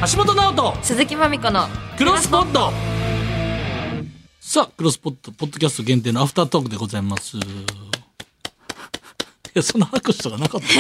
橋本直人鈴木まみこのクロスポット。さあクロスポットポッドキャスト限定のアフタートークでございます。いやそんな拍手とかなかった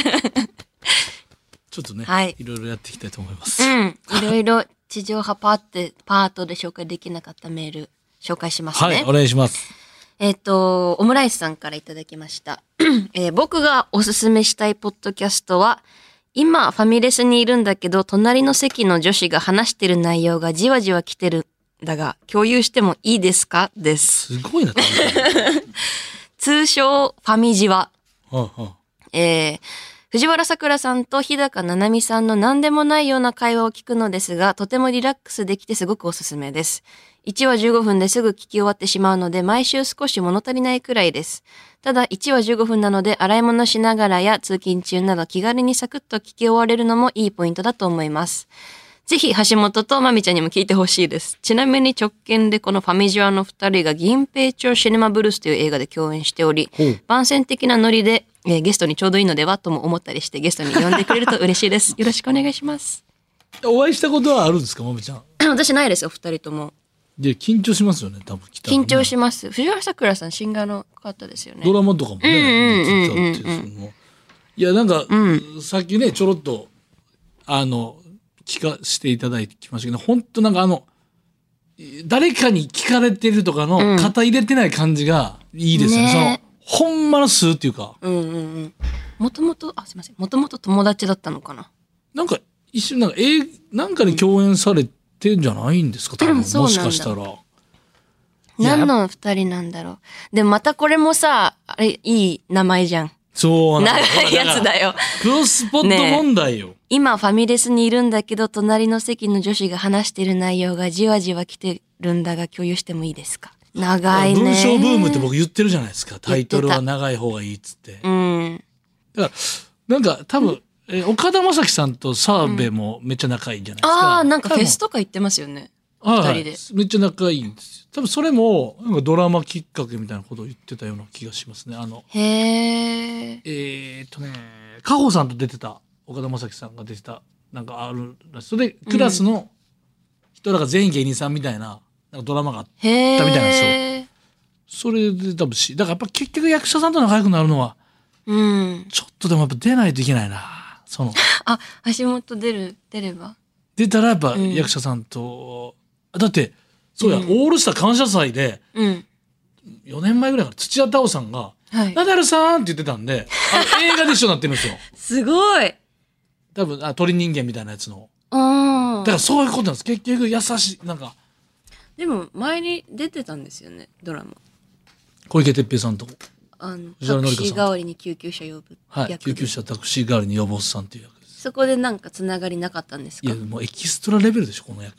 ちょっとね、 はい、 いろいろやっていきたいと思います。 いろいろ地上波パートで紹介できなかったメール紹介しますね。 はい、お願いします。 オムライスさんからいただきました。僕がおすすめしたいポッドキャストは、今ファミレスにいるんだけど、隣の席の女子が話してる内容がじわじわ来てるんだが、共有してもいいですかです。 すごいな。 通称、ファミジワ。 はあはあ、 藤原さくらさんと日高ななみさんの何でもないような会話を聞くのですが、とてもリラックスできてすごくおすすめです。1話15分ですぐ聞き終わってしまうので、毎週少し物足りないくらいです。ただ、1話15分なので、洗い物しながらや通勤中など気軽にサクッと聞き終われるのもいいポイントだと思います。ぜひ、橋本とまみちゃんにも聞いてほしいです。ちなみに直近でこのファミジュアの2人が銀平町シネマブルースという映画で共演しており、番宣的なノリで、ゲストにちょうどいいのではとも思ったりしてゲストに呼んでくれると嬉しいです。よろしくお願いします。 お会いしたことはあるんですか、まみちゃん。 私ないですよ、2人とも。 で緊張しますよね、多分来たらね。 緊張します。藤原さくらさん、シンガーの方ですよね。 ドラマとかもね、出てたっていう。いやなんか、さっきねちょろっと聞かせていただいてきましたけど、本当なんか誰かに聞かれてるとかの肩入れてない感じがいいですよね。 ね、 そのほんまの素っていうか。 もともとすいません、もともと友達だったのかな。 なんか一瞬なんかに共演されてんじゃないんですか、多分、もしかしたら。 何の二人なんだろう。でもまたこれもさ、あれいい名前じゃん。 そう長いやつだよ。 クロスポット問題よ。 今ファミレスにいるんだけど、隣の席の女子が話してる内容がじわじわ来てるんだが、共有してもいいですか。長いね。 文章ブームって僕言ってるじゃないですか。タイトルは長い方がいいっつって。だからなんか多分、岡田将生さんと澤部もめっちゃ仲いいじゃないですか。 なんかフェスとか行ってますよね。二人で。 めっちゃ仲いいんですよ。多分それもなんかドラマきっかけみたいなことを言ってたような気がしますね。 へえ。加穂さんと出てた、岡田将生さんが出てたなんかあるらしい。それでクラスの人らが全員芸人さんみたいな、なんかドラマがあったみたいなんですよ。それで多分だからやっぱ結局役者さんと仲良くなるのは、ちょっとでもやっぱ出ないといけないな。 橋本出れば出たらやっぱ役者さんと、だってそうや、オールスター感謝祭で、4年前ぐらいから土屋太鳳さんが「ナダルさん」って言ってたんで、映画で一緒になってるんですよ。 すごい。 多分鳥人間みたいなやつの。だからそういうことなんです。結局優しいなんか。 でも前に出てたんですよね、ドラマ。 小池徹平さんとタクシー代わりに救急車呼ぶ役。 救急車タクシー代わりに呼ぼうさんっていう役です。 そこでなんかつながりなかったんですか。 いやもうエキストラレベルでしょこの役。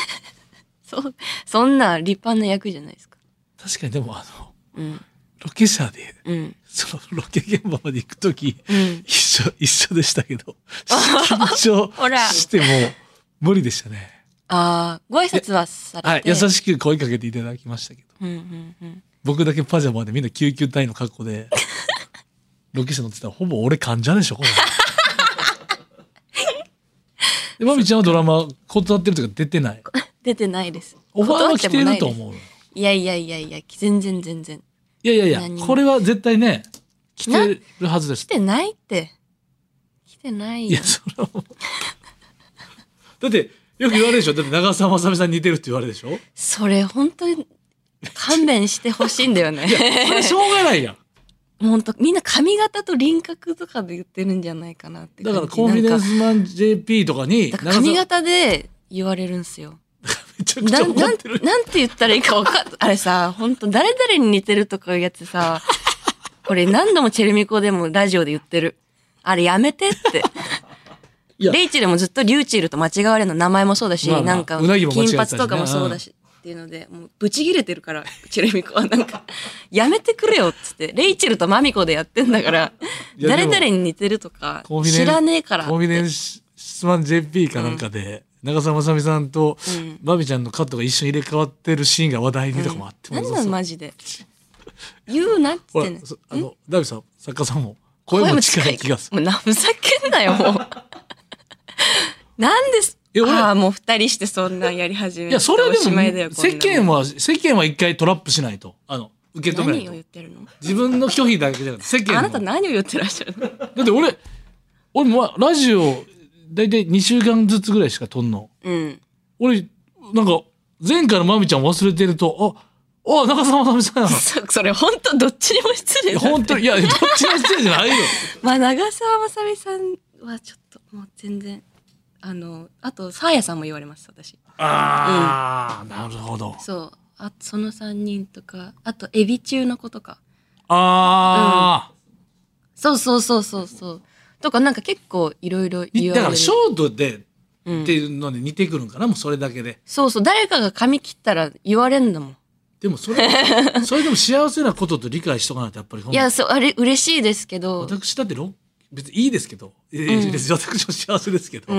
そんな立派な役じゃないですか。 確かに。でもロケ車で、そのロケ現場まで行くとき、一緒でしたけど、緊張しても無理でしたね。 ご挨拶はされて、 優しく声かけていただきましたけど、僕だけパジャマでみんな救急隊の格好でロケ車乗ってたらほぼ俺患者でしょこれ。でまみちゃんはドラマ断ってるとか出てない？ 出てないです。 オファーは来てると思う。 いや全然。 いやこれは絶対ね来てるはずです。 来てないって。来てないよ。 いやそれはだってよく言われるでしょ。だって長澤まさみさんに似てるって言われるでしょ。 それ本当に勘弁してほしいんだよね。 いやそれしょうがないやん。 本当みんな髪型と輪郭とかで言ってるんじゃないかなって感じ。 だからコンフィデンスマン JP とかに髪型で言われるんすよ。 めちゃくちゃ思ってる。 なんて言ったらいいかあれさ、本当誰々に似てるとかいうやつさ、これ何度もチェルミコでもラジオで言ってる。あれやめてって。レイチェルもずっとリューチェルと間違われるの、名前もそうだし、なんか金髪とかもそうだしっていうので、もうブチギレてるから、チェルミコはなんかやめてくれよっつって、レイチェルとマミコでやってんだから、誰々に似てるとか知らねえからって。 コンフィデンスマン JP かなんかで。長澤まさみさんとバビちゃんのカットが一緒に入れ替わってるシーンが話題にとかもあって、 何なんマジで言うなっつってね。 ダビさん作家さんも声も近い気がする。 もうふざけんなよもう。なんですもう二人してそんなんやり始めて。 いや、それでおしまいだよも、 こんなもん世間は一回トラップしないと。受け止めないと何を言。ってるの？ 自分の拒否だけじゃなくて、世間も。 あなた何を言ってらっしゃるの？ だって俺もラジオ、だいたい2週間ずつぐらいしか撮んの。 うん。 俺、なんか、前回のまみちゃん忘れてると、長澤まさみさんやな。 それ本当どっちにも失礼だ。 本当に、いや、どっちも失礼じゃないよ。 まあ長澤まさみさんはちょっともう全然あとサーヤさんも言われます、私。 なるほど。 そう、その3人とか、あとエビ中の子とか。そうとか、なんか結構いろいろ言われる。 だからショートでっていうので似てくるんかな、もうそれだけで。 そう誰かが髪切ったら言われんだもん。 でもそれでも幸せなことと理解しとかないとやっぱり。 いや、あれ嬉しいですけど。 私だって別にいいですけど、別に私も幸せですけど。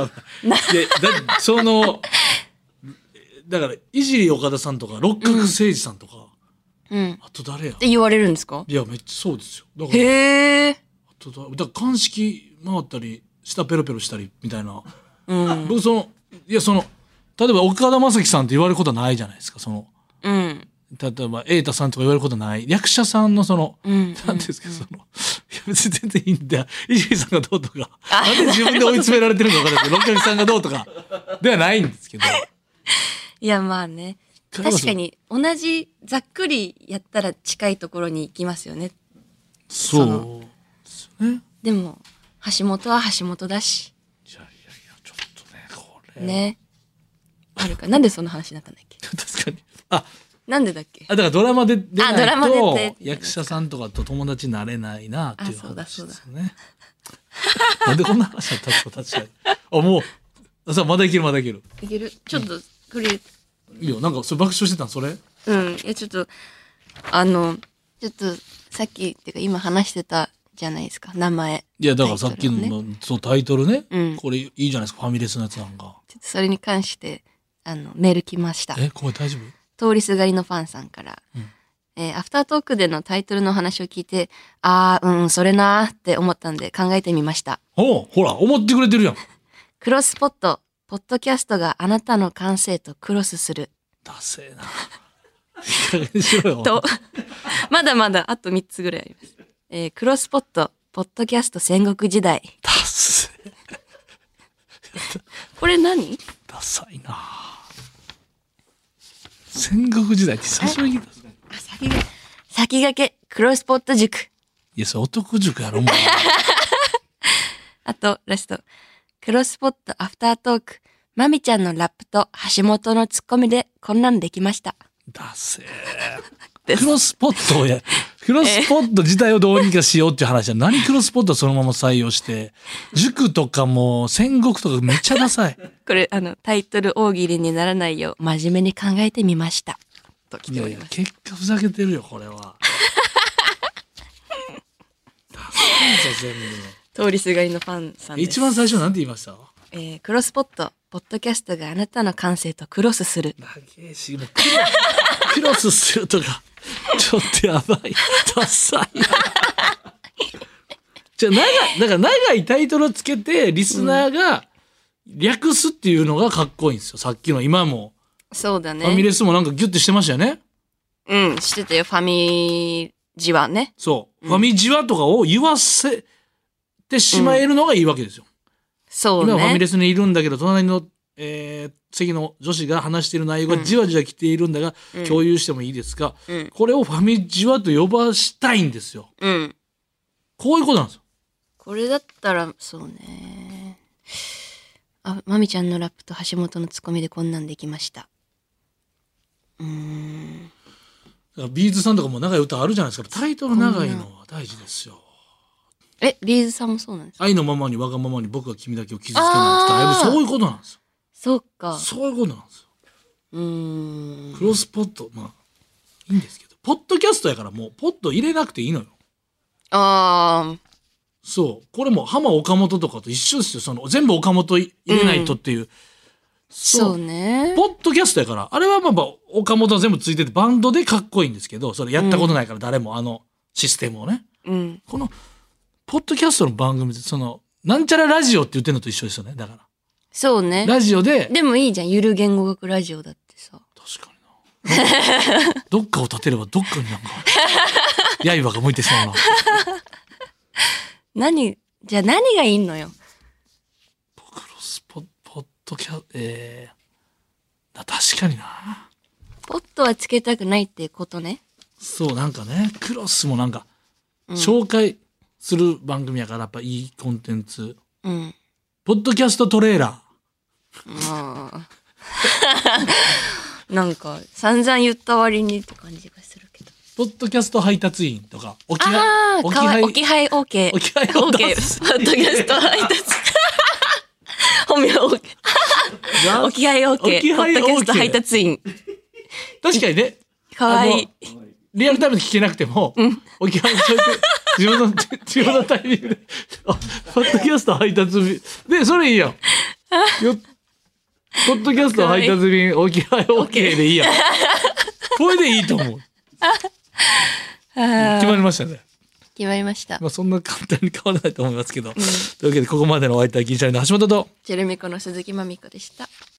だからいじり岡田さんとか六角誠児さんとか、あと誰やって言われるんですか？ いや、めっちゃそうですよ。だからへえ。 だから鑑識回ったり舌ペロペロしたりみたいな。僕例えば岡田将生さんって言われることはないじゃないですか。例えば瑛太さんとか言われることない役者さんのなんですか、いや別に全然いいんだよ。伊集院さんがどうとか、なんで自分で追い詰められてるのか分からないけど、六角さんがどうとかではないんですけど。 いや、まあね、確かに同じざっくりやったら近いところに行きますよね。 そうですね。 でも橋本は橋本だし。 いやちょっとね、これね、あるか。なんでそんな話になったんだっけ？ 確かに。 なんでだっけ？ だからドラマで出ないドラマとで役者さんとかと友達になれないなっていう話そうだですね。なんでこんな話だったの？確かに。もうさ、まだいける。 いける。ちょっとこれ、 いいよ。なんかそれ爆笑してたんそれ？ いやちょっとさっきっていうか今話してたじゃないですか、名前。 いやだからさっきのそうタイトルね、これいいじゃないですか、ファミレスのやつなんか。 ちょっとそれに関してメール来ました。 これ大丈夫？ 通りすがりのファンさんから、アフタートークでのタイトルの話を聞いて、それなーって思ったんで考えてみました。 ほら思ってくれてるやん。 クロスポット、ポッドキャストがあなたの感性とクロスする。 ダセーな。いい加減にしろよ。 とまだまだあと3つぐらいあります。クロスポット、ポッドキャスト戦国時代。 ダセー。 これ何？ ダサいな。戦国時代って久しぶりに聞いた。 先駆け、クロスポット塾。 いや、それ男塾やろ、もう。 あと、ラスト。クロスポットアフタートーク。まみちゃんのラップと橋本のツッコミでこんなんできました。 ダセー。クロスポット自体をどうにかしようっていう話は、何クロスポットそのまま採用して、塾とかも戦国とかめっちゃダサい。 これ、タイトル大喜利にならないよう真面目に考えてみました。と来ております。 結果ふざけてるよ、これは。ダサいぞ、全部。 通りすがりのファンさんです。 一番最初なんて言いました？ クロスポット、ポッドキャストがあなたの感性とクロスする。 長いし、もうクロスするとか、ちょっとやばい。ダサい。じゃあだから長いタイトルをつけて、リスナーが略すっていうのがかっこいいんですよ。さっきの今も。 そうだね。 ファミレスもなんかギュッてしてましたよね。 してたよ。ファミジワね。 そう。ファミジワとかを言わせてしまえるのがいいわけですよ。 そうね。 今ファミレスにいるんだけど、隣の、席の女子が話している内容がじわじわ来ているんだが、共有してもいいですか、これをファミジワと呼ばしたいんですよ。こういうことなんですよ。 これだったら、そうね。まみちゃんのラップと橋本のツッコミでこんなんできました。 だからビーズさんとかも長い歌あるじゃないですか。タイトル長いのは大事ですよ。 ビーズさんもそうなんですか？ 愛のままにわがままに僕は君だけを傷つけないって、そういうことなんですよ。 そうか。 そういうことなんですよ。クロスポット、まあいいんですけど、ポッドキャストやからもうポッド入れなくていいのよ。そう、これも浜岡本とかと一緒ですよ。全部岡本入れないとっていう。 そうね。 ポッドキャストやから、あれはまあ岡本は全部ついててバンドでかっこいいんですけど、それやったことないから誰もシステムをね。このポッドキャストの番組でなんちゃらラジオって言ってるのと一緒ですよね。だからそうね。 ラジオで。 でもいいじゃん。ゆる言語学ラジオだってさ。 確かにな。どっかを立てればどっかになんか刃が向いてしまうな。 じゃあ何がいいのよ。 クロスポッドキャ確かにな。 ポットはつけたくないっていうことね。 そうなんかね、クロスもなんか、紹介する番組やからやっぱいいコンテンツ。 うん。 ポッドキャストトレーラー。なんか散々言った割にって感じがするけど。 ポッドキャスト配達員とか。 置き配 OK。 置き配 OK。 ポッドキャスト配達。本名 OK。置き配 OK。ポッドキャスト配達員。 確かにね。 かわいい。 リアルタイムで聞けなくても、置き配そうやって自分のタイミングで、ポッドキャスト配達便。で、それいいやん。ポッドキャスト配達便置き配 OK でいいやん。これでいいと思う。決まりましたね。 決まりました。 まあそんな簡単に変わらないと思いますけど。というわけでここまでのお相手は銀シャリの橋本とチェルミコの鈴木まみこでした。